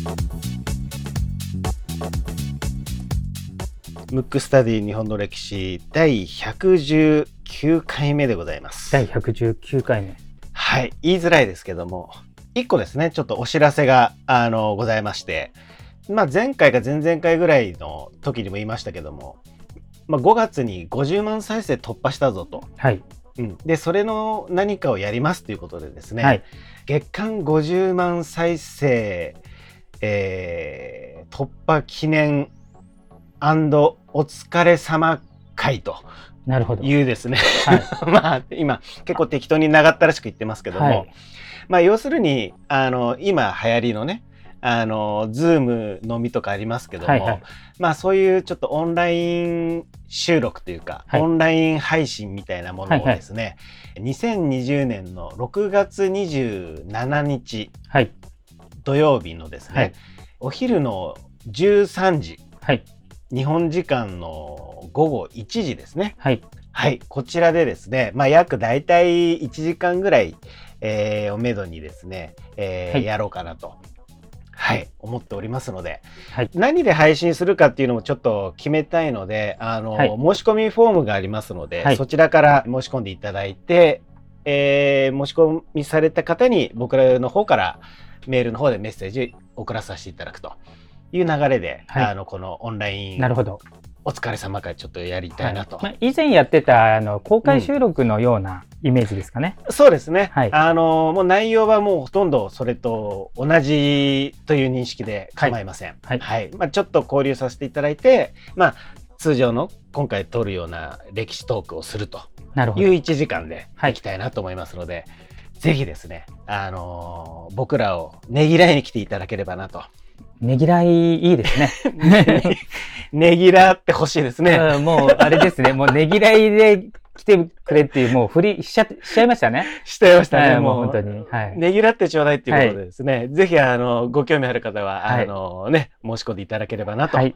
ムックスタディ日本の歴史第119回目でございます。 第119回目。 はい、言いづらいですけども、1個ですね、ちょっとお知らせがございまして、前回か前々回ぐらいの時にも言いましたけども、5月に50万再生突破したぞと。 はい。 で、それの何かをやりますということでですね、 はい、 月間50万再生、突破記念お疲れ様会というですね、はい、今結構適当に長ったらしく言ってますけども、はい、要するに今流行りのねズームのみとかありますけども、はいはい、そういうちょっとオンライン収録というか、はい、オンライン配信みたいなものをですね、はいはい、2020年の6月27日、はい、土曜日のですね、はい、お昼の13時、はい、日本時間の午後1時ですね。はい。はい。こちらでですね、約だいたい1時間ぐらい、おめどにですね、はい、やろうかなと、はい、思っておりますので、はい、何で配信するかっていうのもちょっと決めたいので、はい、申し込みフォームがありますので、はい、そちらから申し込んでいただいて、申し込みされた方に僕らの方からメールの方でメッセージ送らさせていただくという流れで、はい、このオンラインお疲れ様会ちょっとやりたいなと、はい、 以前やってた公開収録のようなイメージですかね。 そうですね、はい、もう内容はもうほとんどそれと同じという認識で構いません。はいはいはい、ちょっと交流させていただいて、通常の今回撮るような歴史トークをするという1時間でいきたいなと思いますので、はい、ぜひですね、僕らをねぎらいに来ていただければなと。 ねぎらいいいですね。 ねぎらってほしいですね。 もうあれですね。もうねぎらいで来てくれっていうもう振りしちゃいましたね。 しちゃいましたね。 もう本当に、はい。 ねぎらってちょうだいっていうことでですね。はい、ぜひご興味ある方は申し込んでいただければなと、はい、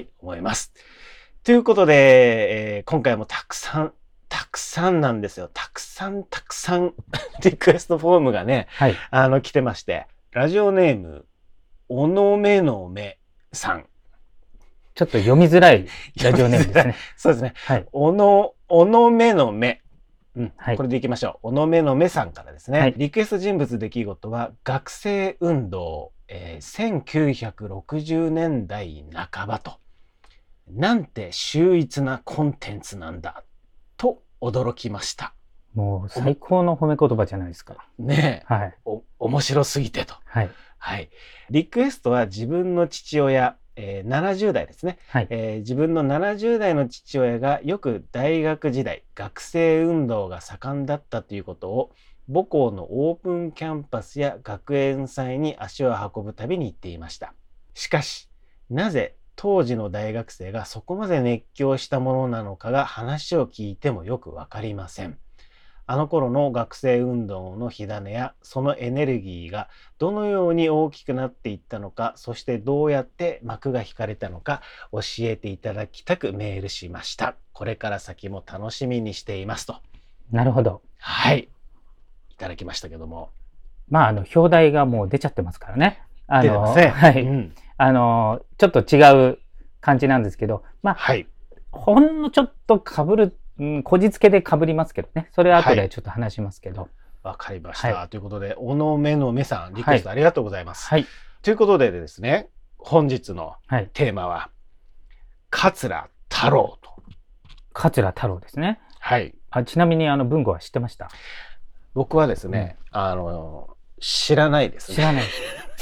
思います。ということで、今回もたくさんなんですよ。たくさんリクエストフォームがね、はい、来てまして、ラジオネームおのめのめさん。 ちょっと読みづらいラジオネームですね。 そうですね。はい、おのめのめ。はい、これでいきましょう。おのめのめさんからですね。はい、リクエスト人物出来事は学生運動、1960年代半ばと。なんて秀逸なコンテンツなんだと驚きました。 もう最高の褒め言葉じゃないですか。 ねえ。はい、面白すぎてと。はい。はい、リクエストは自分の父親、70代ですね、はい、自分の70代の父親がよく大学時代学生運動が盛んだったということを母校のオープンキャンパスや学園祭に足を運ぶたびに言っていました。しかしなぜ当時の大学生がそこまで熱狂したものなのかが話を聞いてもよくわかりません。あの頃の学生運動の火種やそのエネルギーがどのように大きくなっていったのか、そしてどうやって幕が引かれたのか教えていただきたくメールしました。これから先も楽しみにしていますと。なるほど。はい。いただきましたけども。 表題がもう出ちゃってますからね。 出てますね。 はい。ちょっと違う感じなんですけど、はい。ほんのちょっと被るこじつけで被りますけどね。それは後でちょっと話しますけど。 わかりました。はい、ということで、おのめのめさん、リクエストありがとうございます。はい。ということでですね、本日のテーマは、桂太郎と。 桂太郎ですね。はい。ちなみに文吾は知ってました？ 僕はですね、知らないですね。 知らないです。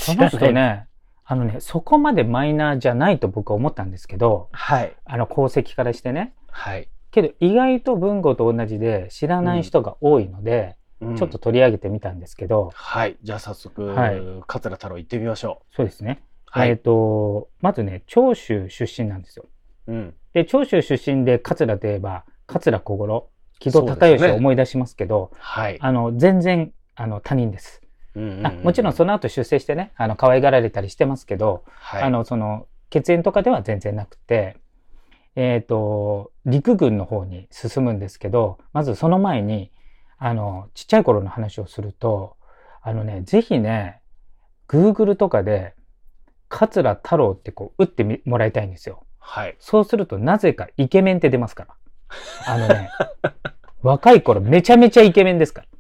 その人ね、そこまでマイナーじゃないと僕は思ったんですけど、はい。功績からしてね。はい。けど意外と文吾と同じで知らない人が多いので、ちょっと取り上げてみたんですけど。 はい。じゃあ早速、桂太郎行ってみましょう。そうですね。はい。まずね、長州出身なんですよ。で、長州出身で桂といえば、桂小五郎、木戸孝允を思い出しますけど、はい。全然、他人です。もちろんその後出世してね、可愛がられたりしてますけど、はい、血縁とかでは全然なくて、陸軍の方に進むんですけど、まずその前に、ちっちゃい頃の話をすると、ぜひね、Google とかで、 桂太郎ってこう打ってもらいたいんですよ。 はい。 そうするとなぜかイケメンって出ますから。若い頃めちゃめちゃイケメンですから。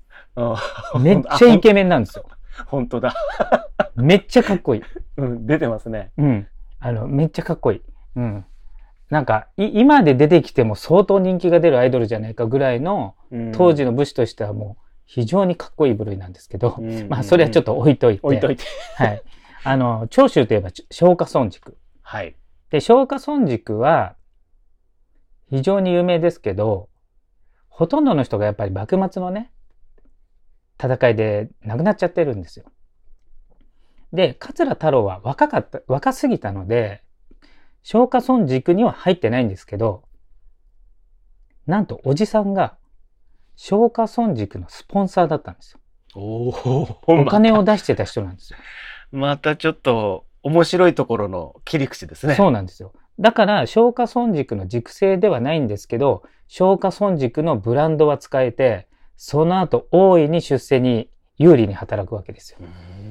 めっちゃイケメンなんですよ。 本当だ。 めっちゃかっこいい。 うん、出てますね。 うん。めっちゃかっこいい。うん。なんか、今で出てきても相当人気が出るアイドルじゃないかぐらいの、当時の武士としてはもう非常にかっこいい部類なんですけど、まあ、それはちょっと置いといて。 置いといて。 はい。長州といえば松下村塾。 はい。 で、松下村塾は非常に有名ですけど、ほとんどの人がやっぱり幕末のね、戦いで亡くなっちゃってるんですよ。で、桂太郎は若すぎたので、松下村塾には入ってないんですけど、なんとおじさんが松下村塾のスポンサーだったんですよ。お金を出してた人なんですよ。 またちょっと面白いところの切り口ですね。 そうなんですよ。だから松下村塾の塾生ではないんですけど、松下村塾のブランドは使えて、その後大いに出世に有利に働くわけですよ。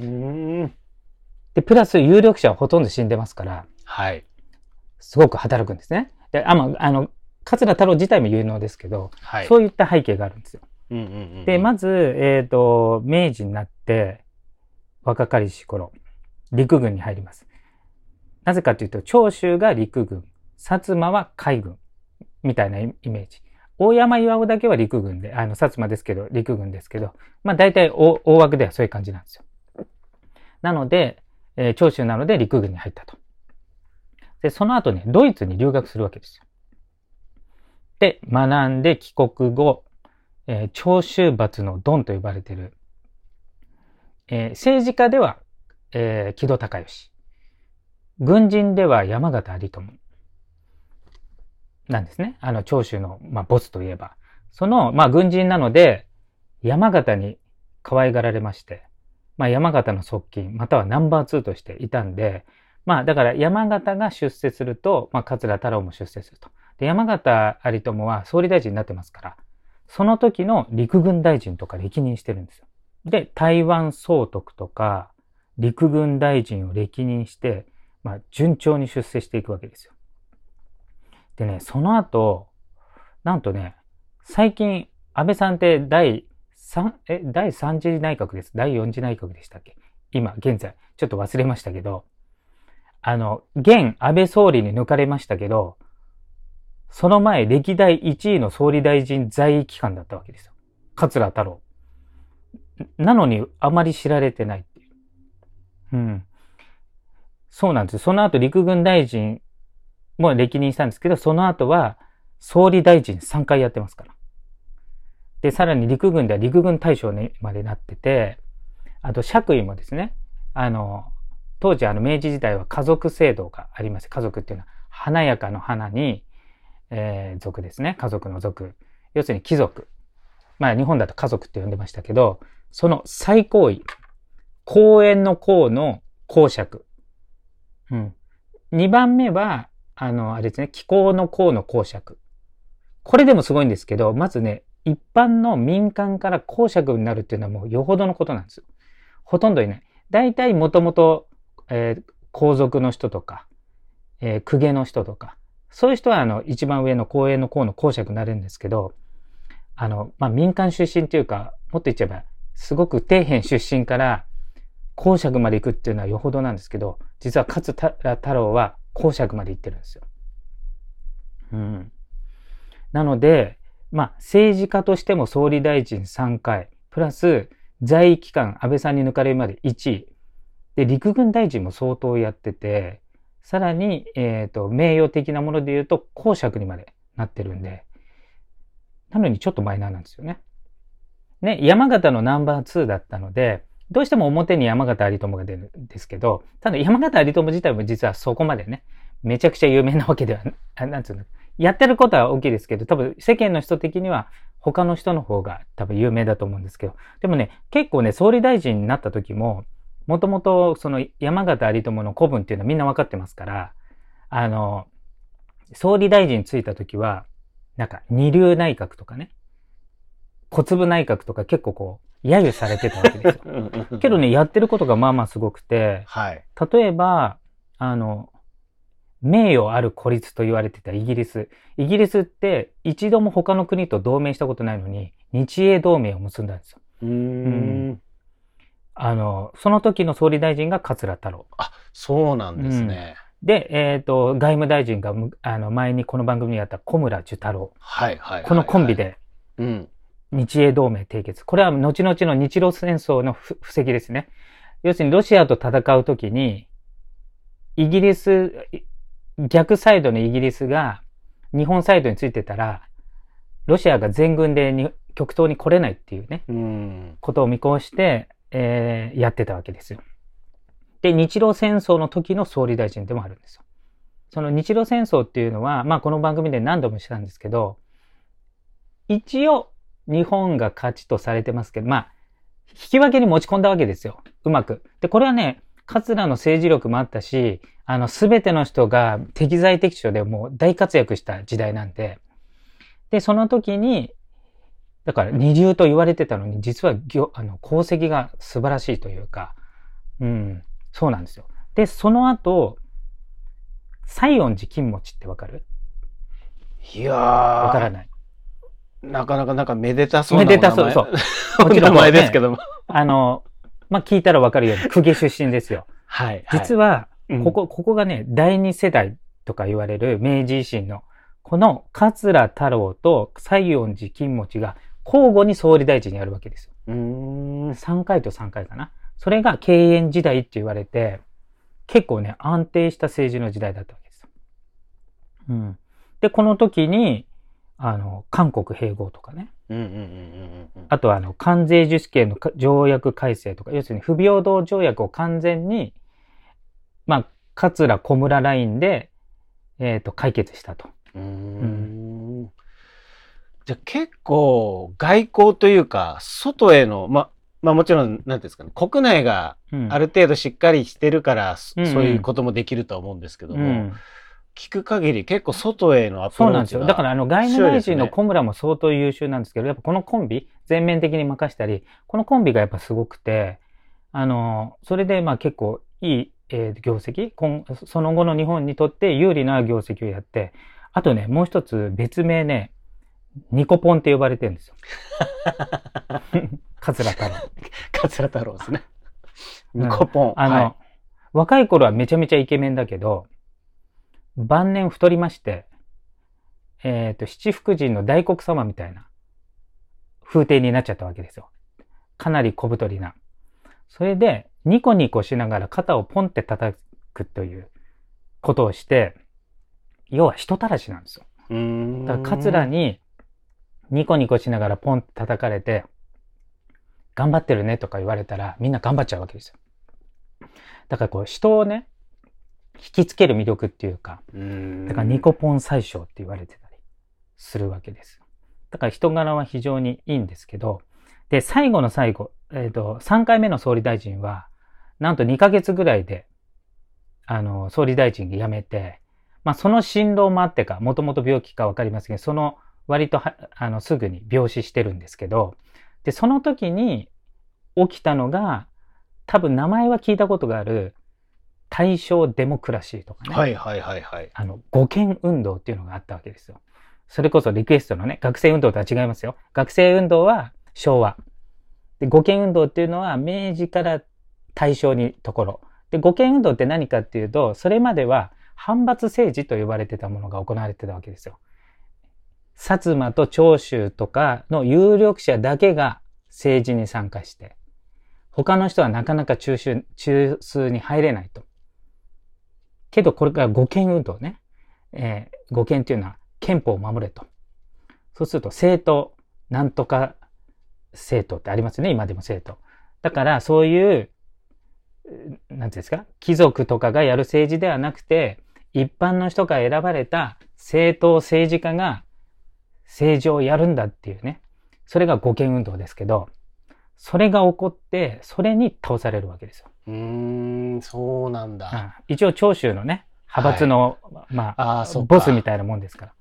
で、プラス有力者はほとんど死んでますから、 はい。 すごく働くんですね。で、桂太郎自体も有能ですけど、はい、そういった背景があるんですよ。で、まず、明治になって、若かりし頃、陸軍に入ります。なぜかというと、長州が陸軍、薩摩は海軍、みたいなイメージ。大山巌だけは陸軍で、薩摩ですけど、陸軍ですけど、まあ大体大枠ではそういう感じなんですよ。なので、長州なので陸軍に入ったと。で、その後ね、ドイツに留学するわけですよ。で、学んで帰国後、長州閥のドンと呼ばれている、政治家では、木戸孝允。軍人では山縣有朋。なんですね。長州の、ボスといえば。その、軍人なので、山縣に可愛がられまして、山縣の側近、またはナンバー2としていたんで、だから山縣が出世すると、桂太郎も出世すると。で、山縣有朋は総理大臣になってますから、その時の陸軍大臣とか歴任してるんですよ。で、台湾総督とか、陸軍大臣を歴任して、順調に出世していくわけですよ。でね、その後、なんとね、最近、安倍さんって第3次内閣です。第4次内閣でしたっけ？今、現在、ちょっと忘れましたけど、現安倍総理に抜かれましたけど、その前、歴代1位の総理大臣在位期間だったわけですよ。桂太郎。なのに、あまり知られてないっていう。うん。そうなんです。その後、陸軍大臣も歴任したんですけど、その後は、総理大臣3回やってますから。で、さらに陸軍では陸軍大将にまでなってて、あと、爵位もですね、当時明治時代は家族制度がありまして、家族っていうのは、華やかの花に、族ですね。家族の族。要するに貴族。日本だと家族って呼んでましたけど、その最高位。公園の公の公爵。うん。2番目は、あれですね、気候の公の公爵。これでもすごいんですけど、まずね、一般の民間から公爵になるっていうのはもうよほどのことなんですよ。ほとんどいない。大体もともと、皇族の人とか、公家の人とか、そういう人は一番上の公園の公の公爵になるんですけど、民間出身というか、もっと言っちゃえば、すごく底辺出身から公爵まで行くっていうのはよほどなんですけど、実は桂太郎は公爵まで行ってるんですよ。うん。なので、政治家としても総理大臣3回、プラス在位期間、安倍さんに抜かれるまで1位。で、陸軍大臣も相当やってて、さらに、名誉的なもので言うと、公爵にまでなってるんで、なのにちょっとマイナーなんですよね。ね、山形のナンバー2だったので、どうしても表に山形有朋が出るんですけど、ただ山形有朋自体も実はそこまでね、めちゃくちゃ有名なわけでは、なんつうの、やってることは大きいですけど、多分世間の人的には他の人の方が多分有名だと思うんですけど、でもね、結構ね、総理大臣になった時も、もともとその山形有朋の子分っていうのはみんな分かってますから、総理大臣についた時は、なんか二流内閣とかね、小粒内閣とか結構こう、揶揄されてたわけですよ。けどね、やってることがまあまあすごくて、はい、例えば、 名誉ある孤立と言われてたイギリス。イギリスって一度も他の国と同盟したことないのに、日英同盟を結んだんですよ。その時の総理大臣が桂太郎。 あ、そうなんですね。 で、外務大臣が、前にこの番組にやった小村寿太郎。このコンビで、日英同盟締結。これは後々の日露戦争の布石ですね。要するにロシアと戦うときに、イギリス、逆サイドのイギリスが日本サイドについてたら、ロシアが全軍で極東に来れないっていうね、ことを見越して、やってたわけですよ。で、日露戦争の時の総理大臣でもあるんですよ。その日露戦争っていうのは、まあこの番組で何度もしたんですけど、一応日本が勝ちとされてますけど、まあ、引き分けに持ち込んだわけですよ。うまく。で、これはね、桂の政治力もあったし、すべての人が適材適所でもう大活躍した時代なんで、で、その時に、だから二流と言われてたのに、実は功績が素晴らしいというか、そうなんですよ。で、その後、西園寺金持ちってわかる？ いやー。 わからない。 なかなかめでたそうなお名前。 めでたそう、そう。 もちろん名前ですけども。 まあ、聞いたらわかるように、公家出身ですよ。 はい。 実は、ここがね、第二世代とか言われる明治維新の、この桂太郎と西園寺金持ちが交互に総理大臣にやるわけですよ。3回と3回かな。それが敬遠時代って言われて、結構ね、安定した政治の時代だったわけですよ。で、この時に、韓国併合とかね。あとは関税自主権の条約改正とか、要するに不平等条約を完全に、まあ、桂小村ラインで、解決したと。 じゃあ結構外交というか、外への、まあもちろん、なんていうんですかね、国内がある程度しっかりしてるから、そういうこともできるとは思うんですけども、聞く限り結構外へのアプローチが、 そうなんですよ。だから外務大臣の小村も相当優秀なんですけど、やっぱこのコンビ、全面的に任したり、このコンビがやっぱすごくて、それでまあ結構いい、業績、その後の日本にとって有利な業績をやって、あとね、もう一つ別名ね、ニコポンって呼ばれてるんですよ。桂太郎。 桂太郎ですね。ニコポン。 若い頃はめちゃめちゃイケメンだけど、晩年太りまして、七福神の大黒様みたいな風景になっちゃったわけですよ。かなり小太りな。それで、ニコニコしながら肩をポンって叩くということをして、要は人たらしなんですよ。だから桂にニコニコしながらポンって叩かれて、頑張ってるねとか言われたらみんな頑張っちゃうわけですよ。だからこう人をね、引きつける魅力っていうか、だからニコポン宰相って言われてたりするわけです。だから人柄は非常にいいんですけど、で、最後の最後、3回目の総理大臣は、なんと2ヶ月ぐらいで、総理大臣が辞めて、まあ、その心労もあってか、もともと病気かわかりませんけど、その割とすぐに病死してるんですけど、で、その時に起きたのが、多分名前は聞いたことがある、大正デモクラシーとかね。護憲運動っていうのがあったわけですよ。それこそリクエストのね、学生運動とは違いますよ。学生運動は昭和。で、護憲運動っていうのは明治から大正にところ。で、護憲運動って何かっていうと、それまでは反発政治と呼ばれてたものが行われてたわけですよ。薩摩と長州とかの有力者だけが政治に参加して、他の人はなかなか中枢に入れないと。けどこれから護憲運動ね。護憲っていうのは憲法を守れと。そうすると政党、なんとか政党ってありますよね、今でも政党。だからそういう、なんていうんですか、貴族とかがやる政治ではなくて、一般の人が選ばれた政党政治家が政治をやるんだっていうね。それが護憲運動ですけど、それが起こって、それに倒されるわけですよ。 そうなんだ。 一応長州のね、派閥の、まあ、ボスみたいなもんですから。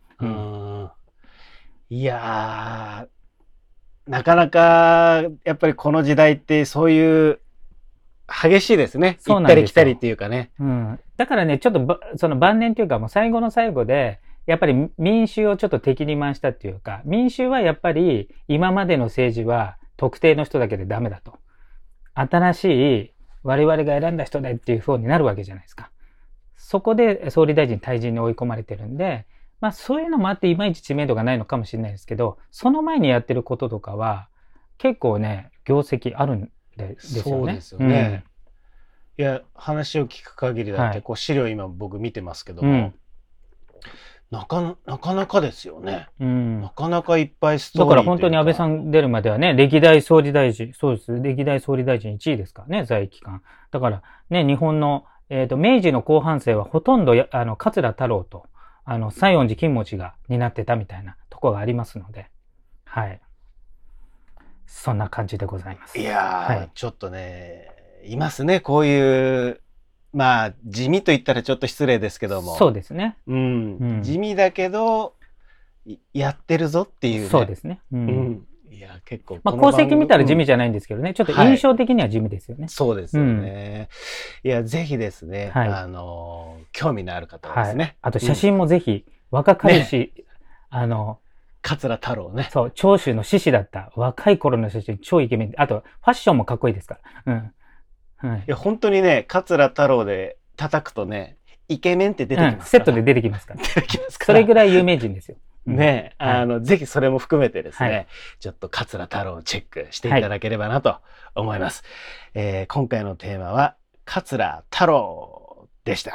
いやー、なかなか、やっぱりこの時代ってそういう、 激しいですね。行ったり来たりっていうかね。 うん。だからね、ちょっとその晩年というかもう最後の最後で、やっぱり民衆をちょっと敵に回したっていうか、民衆はやっぱり今までの政治は特定の人だけでダメだと。新しい我々が選んだ人だっていう風になるわけじゃないですか。そこで総理大臣退陣に追い込まれてるんで、まあそういうのもあっていまいち知名度がないのかもしれないですけど、その前にやってることとかは結構ね、業績あるんですよね。 そうですよね。いや、話を聞く限りだって、こう資料今僕見てますけども、なかなかですよね。なかなかいっぱいストーリー。 だから本当に安倍さん出るまではね、歴代総理大臣、そうです。歴代総理大臣1位ですからね、在位期間。だからね、日本の、明治の後半生はほとんど桂太郎と、西園寺金持ちが担ってたみたいなところがありますので、はい。そんな感じでございます。 いやー、ちょっとね、いますね、こういう、まあ、地味と言ったらちょっと失礼ですけども。 そうですね。 地味だけど、やってるぞっていうね。 そうですね。 いや、結構。 まあ、功績見たら地味じゃないんですけどね。ちょっと印象的には地味ですよね。 そうですよね。いや、ぜひですね、興味のある方はですね。 あと写真もぜひ、若かりし、 桂太郎ね。 そう、長州の志士だった若い頃の写真、超イケメン。あと、ファッションもかっこいいですから。 いや、本当にね、桂太郎で叩くとね、イケメンって出てきますから。 セットで出てきますから。 出てきますから。 それぐらい有名人ですよ。 ね、ぜひそれも含めてですね、ちょっと桂太郎をチェックしていただければなと思います。今回のテーマは、桂太郎でした。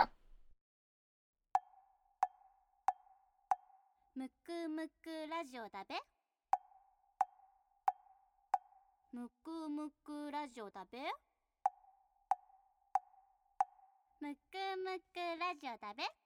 むくむくラジオだべ。むくむくラジオだべ。むくむくラジオだべ。